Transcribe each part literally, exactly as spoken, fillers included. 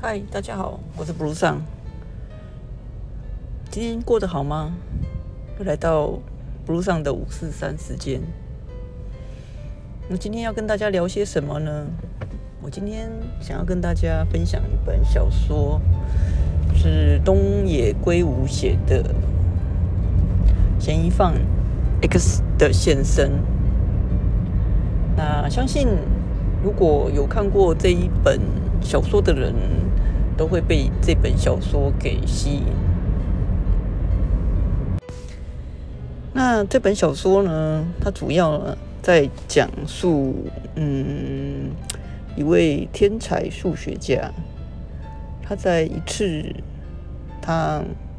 嗨，大家好，我是 Blue 上。今天过得好吗？又来到 Blue 上的五四三时间。那今天要跟大家聊些什么呢？我今天想要跟大家分享一本小说，是东野圭吾写的《嫌疑犯 X 的现身》。那相信如果有看过这一本小说的人，都会被这本小说给吸引。那这本小说呢，它主要在讲述，嗯，一位天才数学家，他在一次他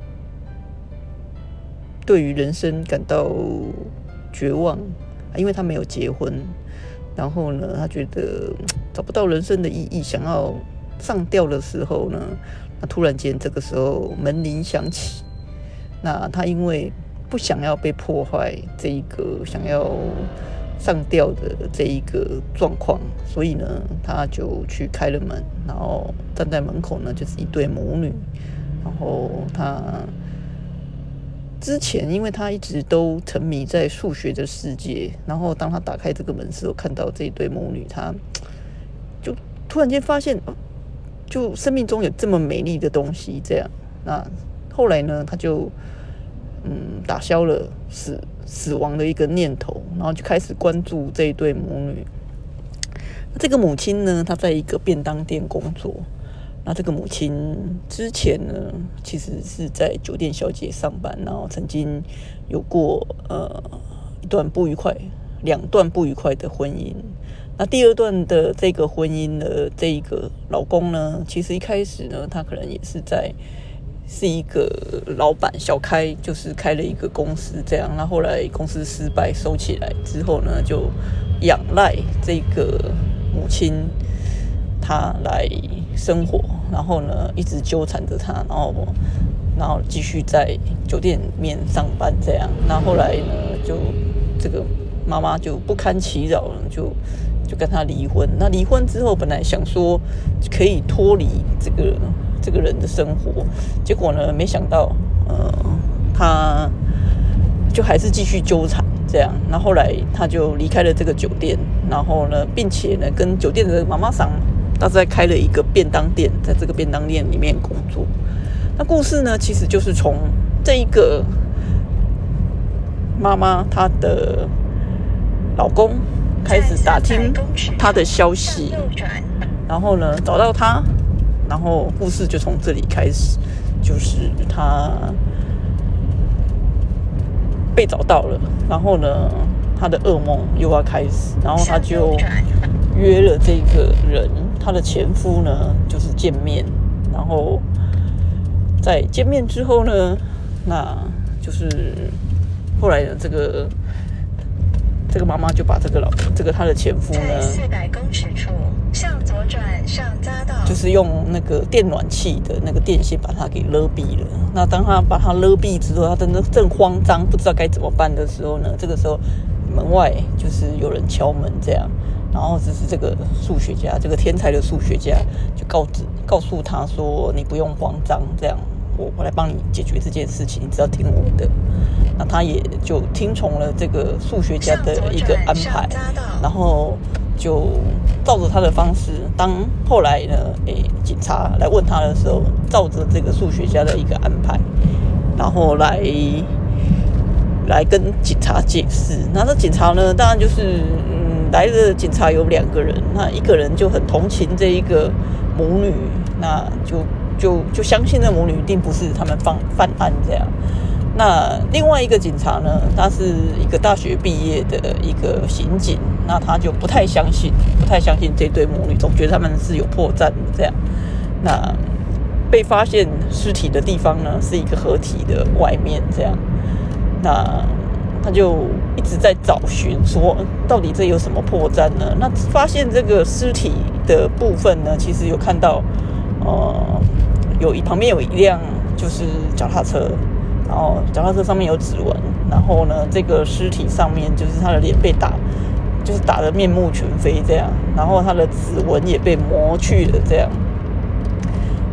对于人生感到绝望，因为他没有结婚，然后呢，他觉得找不到人生的意义，想要上吊的时候呢，那突然间这个时候门铃响起，那他因为不想要被破坏这一个想要上吊的这一个状况，所以呢，他就去开了门，然后站在门口呢，就是一对母女，然后他之前因为他一直都沉迷在数学的世界，然后当他打开这个门时候，看到这一对母女，他就突然间发现，就生命中有这么美丽的东西，这样。那后来呢，他就嗯打消了死死亡的一个念头，然后就开始关注这一对母女。这个母亲呢，她在一个便当店工作。那这个母亲之前呢，其实是在酒店小姐上班，然后曾经有过呃一段不愉快，两段不愉快的婚姻。那第二段的这个婚姻的这一个老公呢，其实一开始呢，他可能也是在是一个老板小开，就是开了一个公司这样。那后来公司失败收起来之后呢，就仰赖这个母亲她来生活，然后呢一直纠缠着她，然后然后继续在酒店里面上班这样。那后来呢，就这个妈妈就不堪其扰了，就就跟他离婚。那离婚之后，本来想说可以脱离这个这个人的生活，结果呢，没想到，呃，他就还是继续纠缠这样。那后来他就离开了这个酒店，然后呢，并且呢，跟酒店的妈妈桑，他在开了一个便当店，在这个便当店里面工作。那故事呢，其实就是从这一个妈妈她的老公开始打听他的消息，然后呢找到他，然后故事就从这里开始，就是他被找到了，然后呢他的噩梦又要开始，然后他就约了这个人，他的前夫呢就是见面，然后在见面之后呢，那就是后来的这个。这个妈妈就把这个老这个她的前夫呢，四百公尺处向左转上匝道，就是用那个电暖气的那个电线把他给勒毙了。那当他把他勒毙之后，他真的正慌张，不知道该怎么办的时候呢，这个时候门外就是有人敲门，这样，然后只是这个数学家，这个天才的数学家就告知告诉他说：“你不用慌张，这样。”我我来帮你解决这件事情，你只要听我的。那他也就听从了这个数学家的一个安排，然后就照着他的方式。当后来呢，诶，警察来问他的时候，照着这个数学家的一个安排，然后来来跟警察解释。那这警察呢，当然就是嗯，来的警察有两个人，那一个人就很同情这一个母女，那就。就就相信那母女一定不是他们犯犯案这样。那另外一个警察呢，他是一个大学毕业的一个刑警，那他就不太相信，不太相信这对母女，总觉得他们是有破绽的这样。那被发现尸体的地方呢，是一个河体的外面这样。那他就一直在找寻，说到底这有什么破绽呢？那发现这个尸体的部分呢，其实有看到，呃。有一旁边有一辆就是脚踏车，然后脚踏车上面有指纹，然后呢，这个尸体上面就是他的脸被打，就是打得面目全非这样，然后他的指纹也被磨去了这样。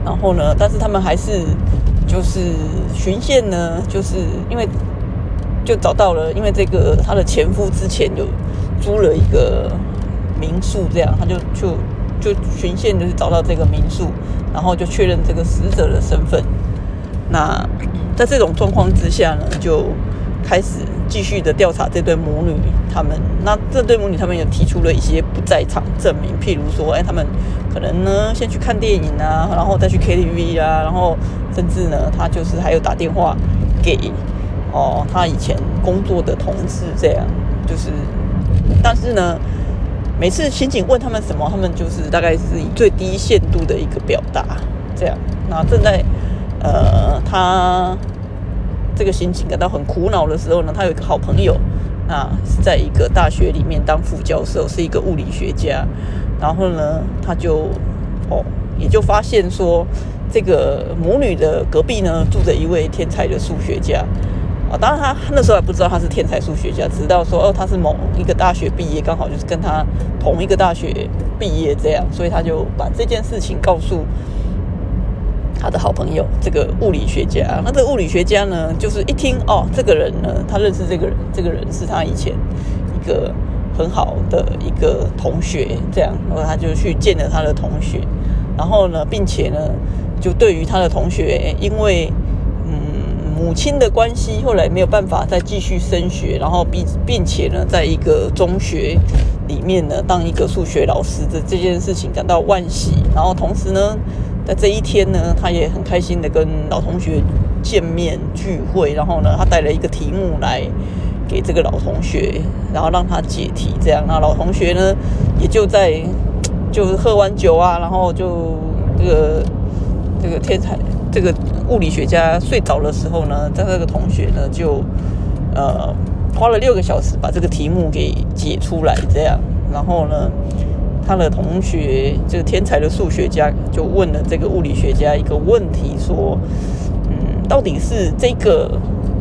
然后呢，但是他们还是就是循线呢，就是因为就找到了，因为这个他的前夫之前有租了一个民宿，这样他就就就循线就是找到这个民宿，然后就确认这个死者的身份。那在这种状况之下呢，就开始继续的调查这对母女他们。那这对母女他们有提出了一些不在场证明，譬如说，哎，他们可能呢先去看电影啊，然后再去 K T V 啊，然后甚至呢，他就是还有打电话给哦他以前工作的同事，这样就是，但是呢，每次刑警问他们什么，他们就是大概是以最低限度的一个表达，这样。那正在呃他。这个刑警感到很苦恼的时候呢，他有一个好朋友，那是在一个大学里面当副教授，是一个物理学家。然后呢，他就哦，也就发现说，这个母女的隔壁呢，住着一位天才的数学家。啊、哦，当然他那时候还不知道他是天才数学家，直到说哦，他是某一个大学毕业，刚好就是跟他同一个大学毕业这样，所以他就把这件事情告诉他的好朋友，这个物理学家。那这个物理学家呢，就是一听哦，这个人呢，他认识这个人，这个人是他以前一个很好的一个同学，这样，然后他就去见了他的同学，然后呢，并且呢，就对于他的同学，因为嗯母亲的关系，后来没有办法再继续升学，然后并并且呢，在一个中学里面呢，当一个数学老师的这件事情感到惋惜，然后同时呢。在这一天呢，他也很开心的跟老同学见面聚会，然后呢，他带了一个题目来给这个老同学，然后让他解题，这样。那老同学呢，也就在就是喝完酒啊，然后就这个这个天才这个物理学家睡着的时候呢，在这个同学呢就呃花了六个小时把这个题目给解出来，这样。然后呢。他的同学，这个天才的数学家，就问了这个物理学家一个问题，说：“嗯，到底是这个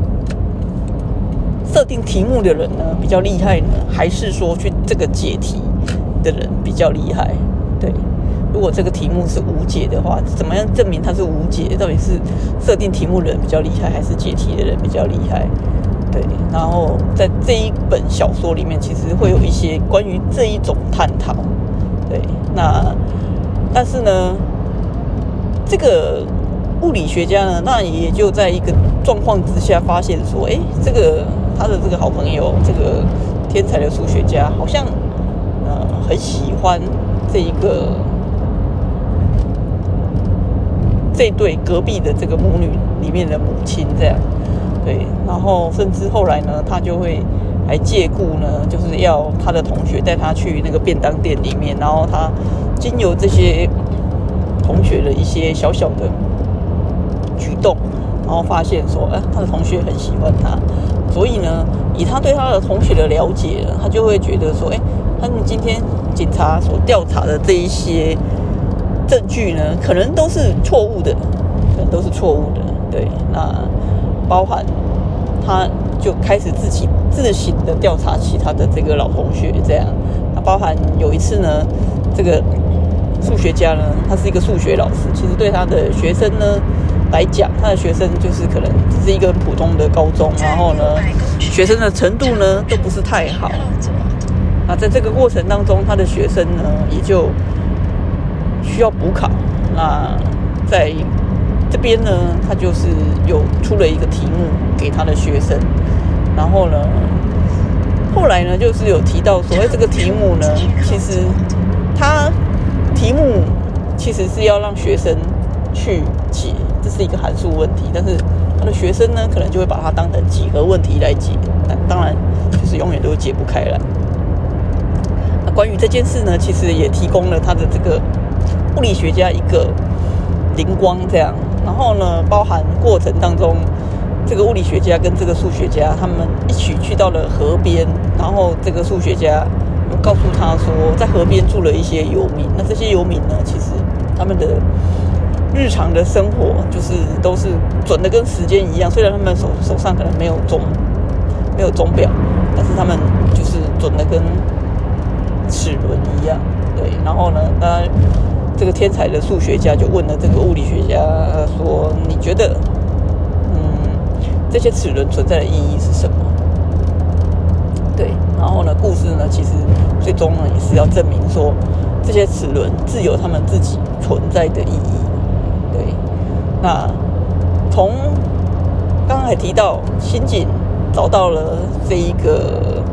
设定题目的人呢比较厉害呢，还是说去这个解题的人比较厉害？对，如果这个题目是无解的话，怎么样证明它是无解？到底是设定题目的人比较厉害，还是解题的人比较厉害？对，然后在这一本小说里面，其实会有一些关于这一种探讨。”对，那但是呢，这个物理学家呢，那也就在一个状况之下发现说，哎，这个他的这个好朋友，这个天才的数学家，好像呃很喜欢这一个这对隔壁的这个母女里面的母亲这样，对，然后甚至后来呢，他就会。还借故呢，就是要他的同学带他去那个便当店里面，然后他经由这些同学的一些小小的举动，然后发现说，哎，他的同学很喜欢他，所以呢，以他对他的同学的了解，他就会觉得说，哎，他们今天警察所调查的这一些证据呢，可能都是错误的，可能都是错误的，对，那包含他。就开始自己自行的调查起他的这个老同学，这样。那包含有一次呢，这个数学家呢，他是一个数学老师，其实对他的学生呢来讲，他的学生就是可能只是一个普通的高中，然后呢，学生的程度呢都不是太好。那在这个过程当中，他的学生呢也就需要补考。那在这边呢，他就是有出了一个题目给他的学生，然后呢，后来呢，就是有提到说，哎，这个题目呢，其实他题目其实是要让学生去解，这是一个函数问题，但是他的学生呢，可能就会把它当成几何问题来解，但当然就是永远都解不开来。那关于这件事呢，其实也提供了他的这个物理学家一个灵光，这样。然后呢，包含过程当中，这个物理学家跟这个数学家他们一起去到了河边，然后这个数学家有告诉他说，在河边住了一些游民。那这些游民呢，其实他们的日常的生活就是都是准的跟时间一样，虽然他们手手上可能没有钟没有钟表，但是他们就是准的跟齿轮一样。对，然后呢，他这个天才的数学家就问了这个物理学家说：“你觉得，嗯，这些齿轮存在的意义是什么？”对，然后呢，故事呢，其实最终呢也是要证明说，这些齿轮自有他们自己存在的意义。对，那从刚刚还提到刑警找到了这一个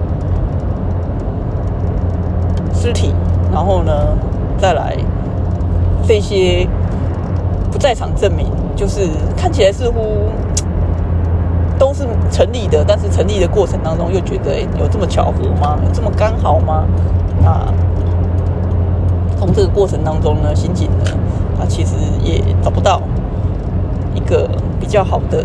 尸体，然后呢，再来这些不在场证明，就是看起来似乎都是成立的，但是成立的过程当中又觉得，欸，有这么巧合吗？有这么刚好吗？啊，从这个过程当中呢，刑警呢，他其实也找不到一个比较好的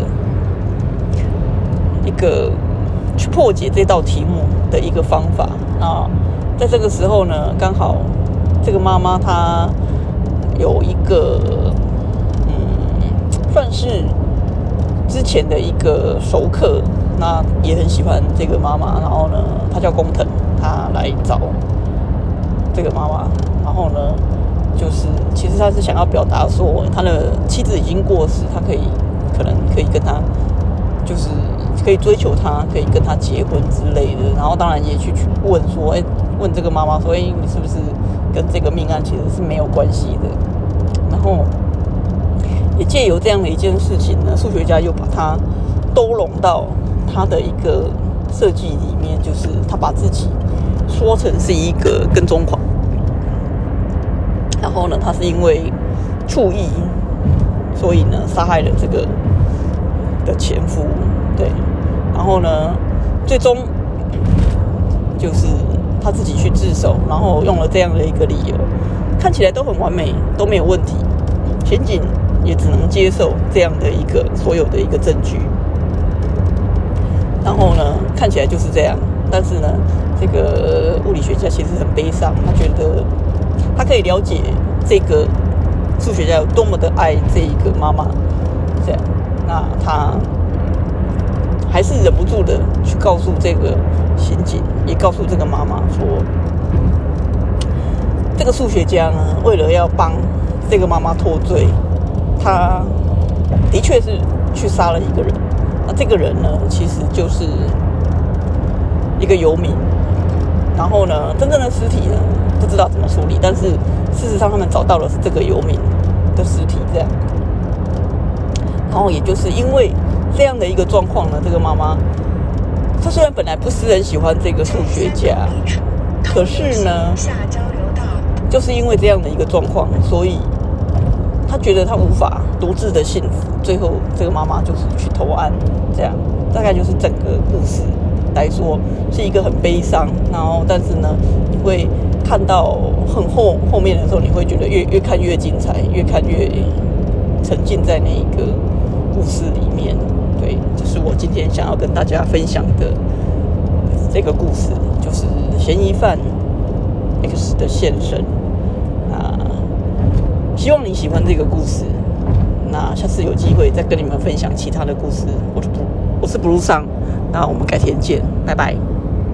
一个去破解这道题目的一个方法。那在这个时候呢，刚好这个妈妈她有一个嗯，算是之前的一个熟客，那也很喜欢这个妈妈，然后呢，他叫工藤，他来找这个妈妈，然后呢，就是其实他是想要表达说，他的妻子已经过世，他可以可能可以跟他，就是可以追求他，可以跟他结婚之类的，然后当然也去问说，哎，问这个妈妈说，哎，你是不是跟这个命案其实是没有关系的？然后也借由这样的一件事情呢，数学家又把它兜拢到他的一个设计里面，就是他把自己说成是一个跟踪狂，然后呢，他是因为触意，所以呢杀害了这个的前夫，对，然后呢，最终就是他自己去自首，然后用了这样的一个理由，看起来都很完美，都没有问题，刑警也只能接受这样的一个所有的一个证据，然后呢，看起来就是这样。但是呢，这个物理学家其实很悲伤，他觉得他可以了解这个数学家有多么的爱这一个妈妈，这样，那他还是忍不住的去告诉这个刑警，也告诉这个妈妈说，这个数学家呢，为了要帮这个妈妈脱罪，他的确是去杀了一个人。那这个人呢，其实就是一个游民。然后呢，真正的尸体呢，不知道怎么处理，但是事实上他们找到的是这个游民的尸体，这样。然后也就是因为这样的一个状况呢，这个妈妈，她虽然本来不是很喜欢这个数学家，可是呢，就是因为这样的一个状况，所以她觉得她无法独自的幸福，最后这个妈妈就是去投案，这样大概就是整个故事来说是一个很悲伤，然后但是呢，你会看到很后后面的时候，你会觉得越越看越精彩，越看越沉浸在那一个故事里面。对，这是我今天想要跟大家分享的这个故事，就是嫌疑犯 X 的现身。那希望你喜欢这个故事。那下次有机会再跟你们分享其他的故事。我是不，我是 Blue 桑，那我们改天见，拜拜。